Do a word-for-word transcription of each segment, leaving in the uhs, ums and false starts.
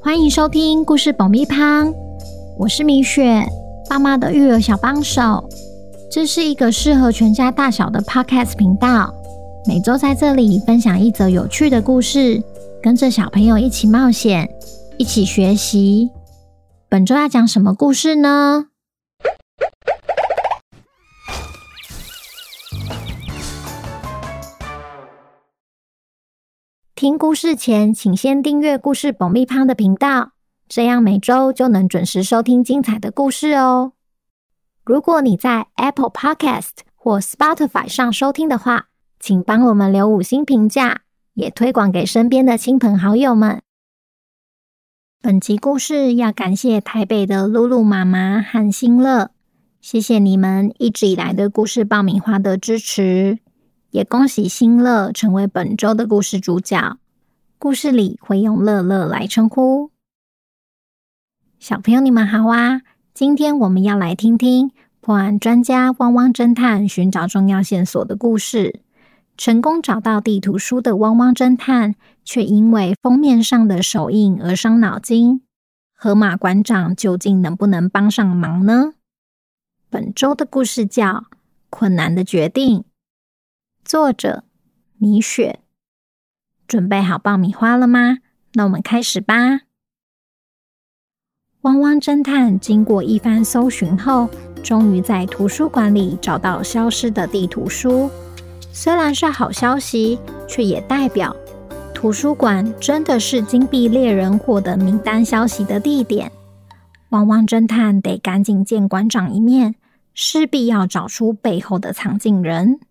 欢迎收听故事爆米花，我是米雪，爸妈的育儿小帮手。这是一个适合全家大小的 podcast 频道，每周在这里分享一则有趣的故事，跟着小朋友一起冒险，一起学习。本周要讲什么故事呢？听故事前，请先订阅故事爆米花的频道，这样每周就能准时收听精彩的故事哦。如果你在 Apple Podcast 或 Spotify 上收听的话，请帮我们留五星评价，也推广给身边的亲朋好友们。本集故事要感谢台北的露露妈妈和欣乐，谢谢你们一直以来的故事爆米花的支持。也恭喜欣乐成为本周的故事主角，故事里会用乐乐来称呼。小朋友你们好啊，今天我们要来听听破案专家汪汪侦探寻找重要线索的故事。成功找到地图书的汪汪侦探，却因为封面上的手印而伤脑筋。河马馆长究竟能不能帮上忙呢？本周的故事叫《困难的决定》，作者米雪。准备好爆米花了吗？那我们开始吧。汪汪侦探经过一番搜寻后，终于在图书馆里找到消失的地图书。虽然是好消息，却也代表图书馆真的是金币猎人获得名单消息的地点。汪汪侦探得赶紧见馆长一面，势必要找出背后的藏镜人。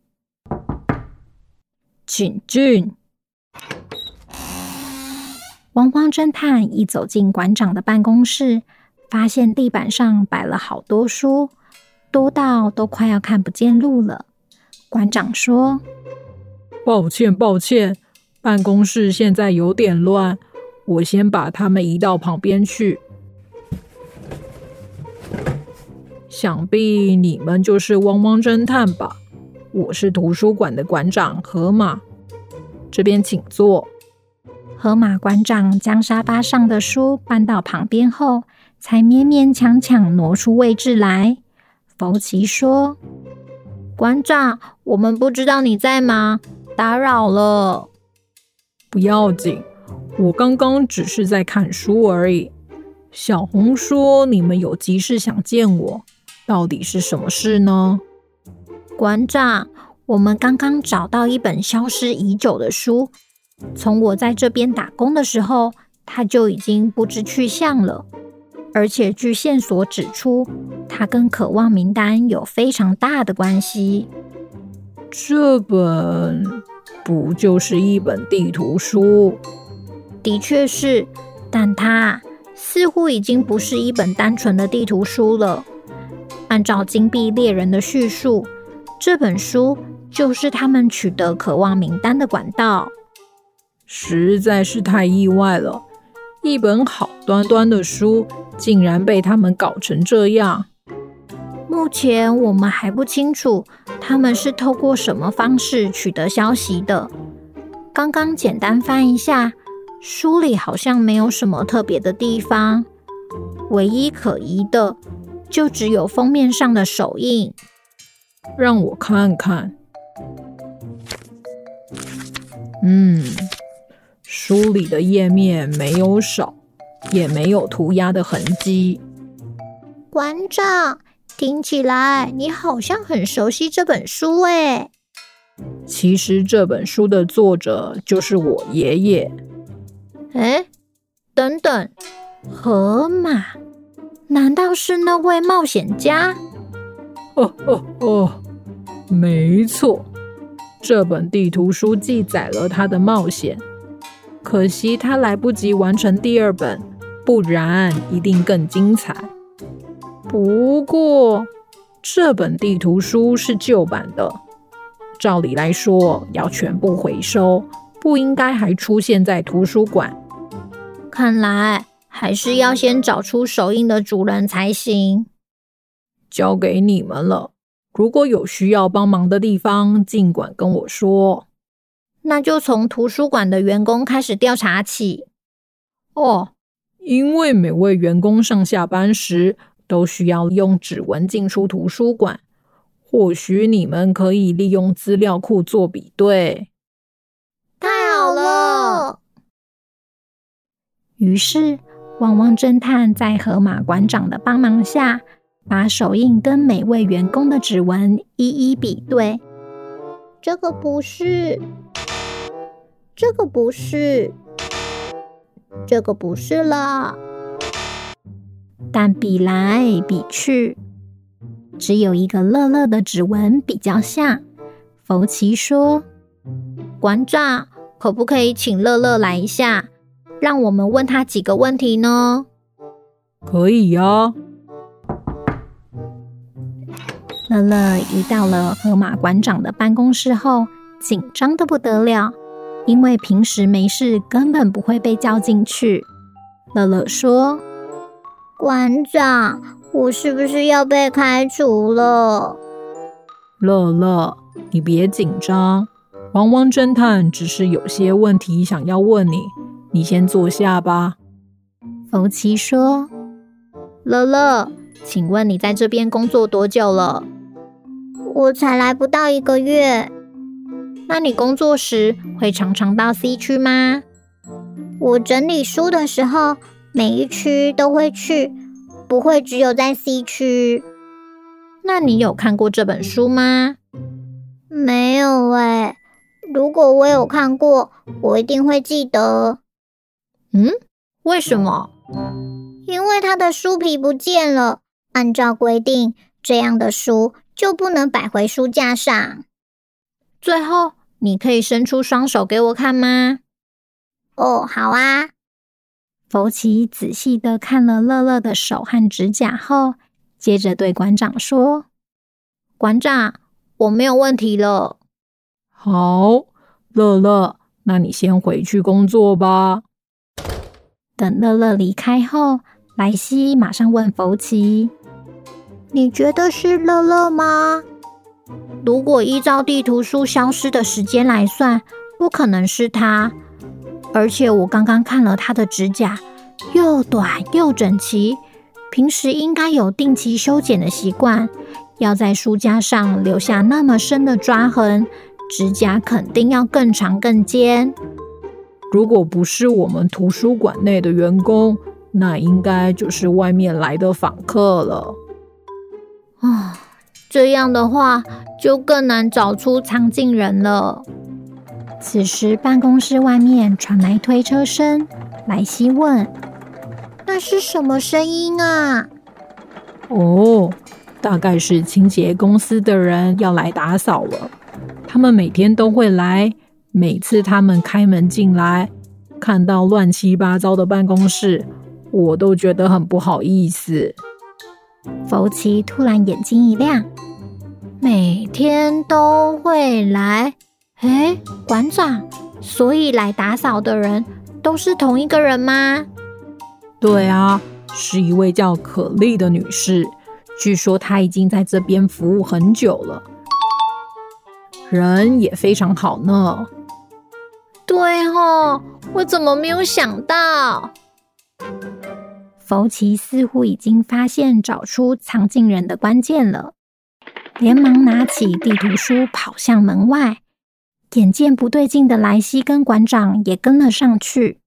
请进。汪汪侦探一走进馆长的办公室，发现地板上摆了好多书，多到都快要看不见路了。馆长说： 抱歉抱歉，办公室现在有点乱，我先把它们移到旁边去。想必你们就是汪汪侦探吧？我是图书馆的馆长河马，这边请坐。 河马馆长将沙发上的书搬到旁边后，才勉勉强强挪出位置来。福奇说：馆长，我们不知道你在吗？打扰了。 不要紧，我刚刚只是在看书而已。小红说你们有急事想见我，到底是什么事呢？ 馆长，我们刚刚找到一本消失已久的书，从我在这边打工的时候，它就已经不知去向了。而且据线索指出，它跟渴望名单有非常大的关系。 这本不就是一本地图书？ 的确是，但它似乎已经不是一本单纯的地图书了。按照金币猎人的叙述，这本书就是他们取得渴望名单的管道。 实在是太意外了，一本好端端的书竟然被他们搞成这样。 目前我们还不清楚他们是透过什么方式取得消息的。刚刚简单翻一下，书里好像没有什么特别的地方，唯一可疑的就只有封面上的手印。 让我看看。嗯，书里的页面没有少，也没有涂鸦的痕迹。 馆长，听起来你好像很熟悉这本书耶。 其实这本书的作者就是我爷爷。 诶，等等，河马，难道是那位冒险家？ 哦哦哦，没错，这本地图书记载了他的冒险，可惜他来不及完成第二本，不然一定更精彩。不过，这本地图书是旧版的，照理来说要全部回收，不应该还出现在图书馆。 看来还是要先找出手印的主人才行。 交给你们了，如果有需要帮忙的地方，尽管跟我说。 那就从图书馆的员工开始调查起。 哦， 因为每位员工上下班时都需要用指纹进出图书馆，或许你们可以利用资料库做比对。 太好了！ 于是，汪汪侦探在河马馆长的帮忙下，把手印跟每位员工的指纹一一比对。这个不是，这个不是，这个不是了。但比来比去，只有一个乐乐的指纹比较像。福奇说：“馆长，可不可以请乐乐来一下，让我们问他几个问题呢？” 可以呀。 乐乐一到了河马馆长的办公室后，紧张得不得了，因为平时没事根本不会被叫进去。乐乐说：“馆长，我是不是要被开除了？” 乐乐，你别紧张，汪汪侦探只是有些问题想要问你，你先坐下吧。 福奇说：“乐乐，请问你在这边工作多久了？”我才来不到一个月。那你工作时会常常到 C 区吗？我整理书的时候，每一区都会去，不会只有在 C 区。那你有看过这本书吗？没有欸，如果我有看过，我一定会记得。嗯？为什么？因为它的书皮不见了，按照规定，这样的书就不能摆回书架上。最后，你可以伸出双手给我看吗？哦，好啊。福奇仔细地看了乐乐的手和指甲后，接着对馆长说：“馆长，我没有问题了。” 好，乐乐，那你先回去工作吧。 等乐乐离开后，莱西马上问福奇：“你觉得是乐乐吗？如果依照地图书消失的时间来算，不可能是他。而且我刚刚看了他的指甲，又短又整齐，平时应该有定期修剪的习惯。要在书架上留下那么深的抓痕，指甲肯定要更长更尖。 如果不是我们图书馆内的员工，那应该就是外面来的访客了。 啊，这样的话就更难找出藏镜人了。此时办公室外面传来推车声，莱西问：“那是什么声音啊？” 哦，大概是清洁公司的人要来打扫了。他们每天都会来，每次他们开门进来，看到乱七八糟的办公室，我都觉得很不好意思。 福奇突然眼睛一亮，每天都会来。诶，馆长，所以来打扫的人都是同一个人吗？ 对啊，是一位叫可丽的女士，据说她已经在这边服务很久了，人也非常好呢。 对哦，我怎么没有想到？福奇似乎已经发现找出藏镜人的关键了，连忙拿起地图书跑向门外。眼见不对劲的莱西跟馆长也跟了上去。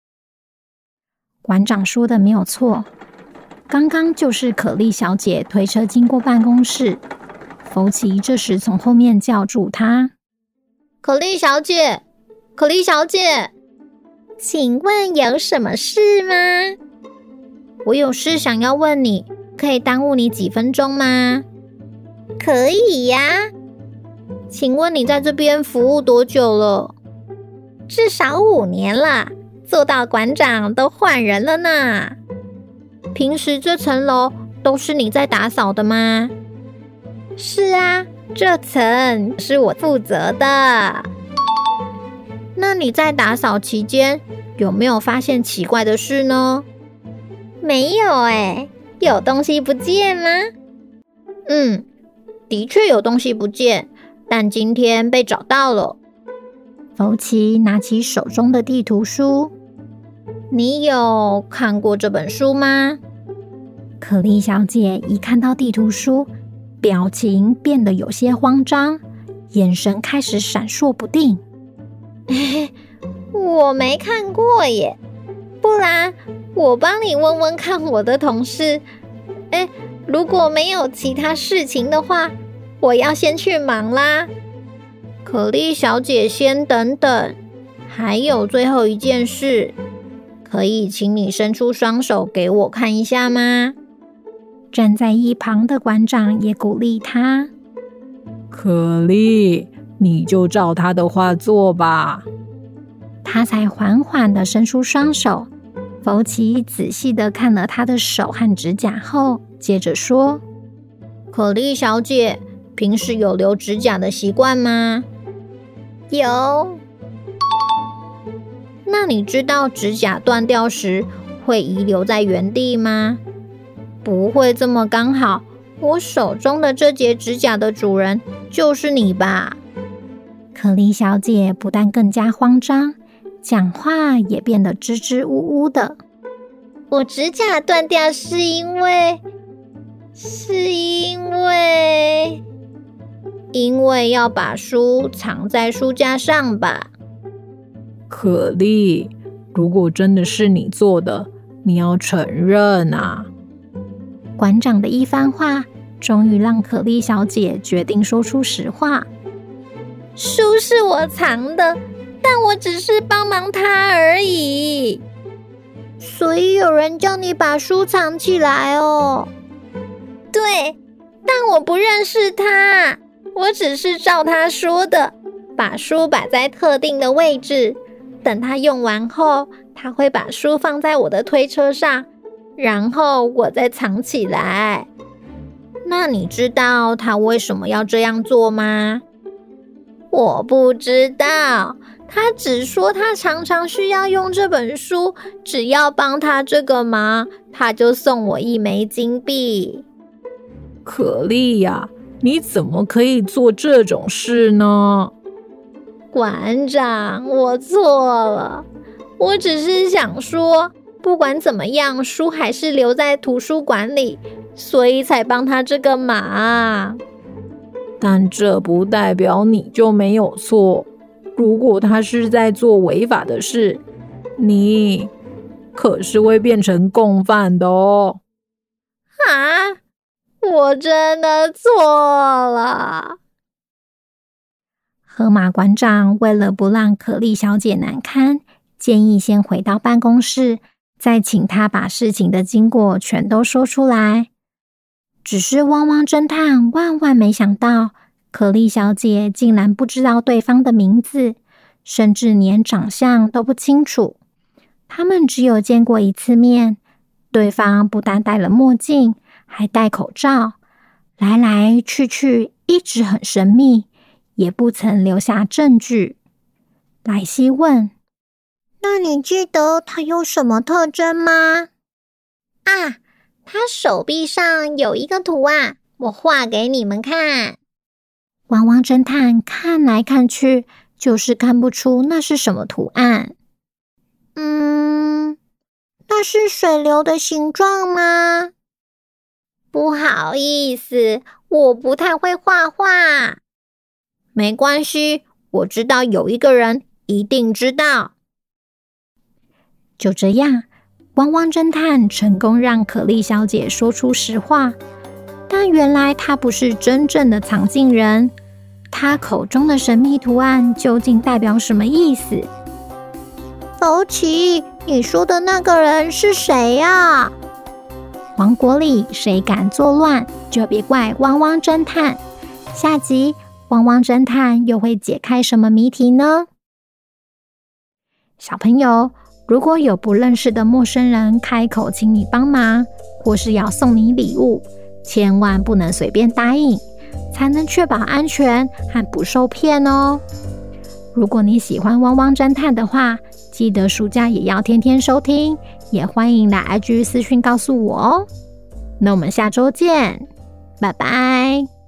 馆长说的没有错，刚刚就是可丽小姐推车经过办公室。福奇这时从后面叫住她：“可丽小姐，可丽小姐，请问有什么事吗？我有事想要问你，可以耽误你几分钟吗？”“可以呀。”“请问你在这边服务多久了？”“至少五年了，做到馆长都换人了呢。”“平时这层楼都是你在打扫的吗？”“是啊，这层是我负责的。”“那你在打扫期间有没有发现奇怪的事呢？”“没有欸，有东西不见吗？”“嗯，的确有东西不见。但今天被找到了。”福奇拿起手中的地图书， 你有看过这本书吗？ 可莉小姐一看到地图书，表情变得有些慌张，眼神开始闪烁不定。 我没看过耶，不然我帮你问问看我的同事。诶，如果没有其他事情的话，我要先去忙啦。可莉小姐先等等，还有最后一件事，可以请你伸出双手给我看一下吗？ 站在一旁的馆长也鼓励他。 可莉，你就照他的话做吧。 他才缓缓地伸出双手，福奇仔细地看了他的手和指甲后，接着说： 可莉小姐，平时有留指甲的习惯吗？有。那你知道指甲断掉时会遗留在原地吗？不会这么刚好，我手中的这节指甲的主人就是你吧？ 可莉小姐不但更加慌张，讲话也变得支支吾吾的。 我指甲断掉是因为……是因为……因为要把书藏在书架上吧？ 可莉，如果真的是你做的，你要承认啊！ 馆长的一番话，终于让可莉小姐决定说出实话。 书是我藏的，但我只是帮忙他而已。所以有人叫你把书藏起来哦。对，但我不认识他，我只是照他说的，把书摆在特定的位置。等他用完后，他会把书放在我的推车上，然后我再藏起来。那你知道他为什么要这样做吗？我不知道，他只说他常常需要用这本书，只要帮他这个忙，他就送我一枚金币。 可莉呀，你怎么可以做这种事呢？ 馆长，我错了，我只是想说，不管怎么样，书还是留在图书馆里，所以才帮他这个忙。 但这不代表你就没有错。如果他是在做违法的事，你可是会变成共犯的哦。 啊，我真的错了。 河马馆长为了不让可莉小姐难堪，建议先回到办公室，再请她把事情的经过全都说出来。只是汪汪侦探万万没想到，可莉小姐竟然不知道对方的名字，甚至连长相都不清楚。他们只有见过一次面，对方不但戴了墨镜，还戴口罩，来来去去一直很神秘，也不曾留下证据。莱西问： 那你记得他有什么特征吗？啊，他手臂上有一个图案，我画给你们看。 汪汪侦探看来看去，就是看不出那是什么图案。 嗯，那是水流的形状吗？不好意思，我不太会画画。没关系，我知道有一个人一定知道。 就这样，汪汪侦探成功让可莉小姐说出实话，但原来她不是真正的藏镜人。她口中的神秘图案究竟代表什么意思？ 福奇，你说的那个人是谁呀？ 王国里谁敢作乱，就别怪汪汪侦探。下集汪汪侦探又会解开什么谜题呢？小朋友，如果有不认识的陌生人开口请你帮忙，或是要送你礼物，千万不能随便答应，才能确保安全和不受骗哦。如果你喜欢汪汪侦探的话，记得暑假也要天天收听，也欢迎来 I G 私讯告诉我哦。那我们下周见，拜拜。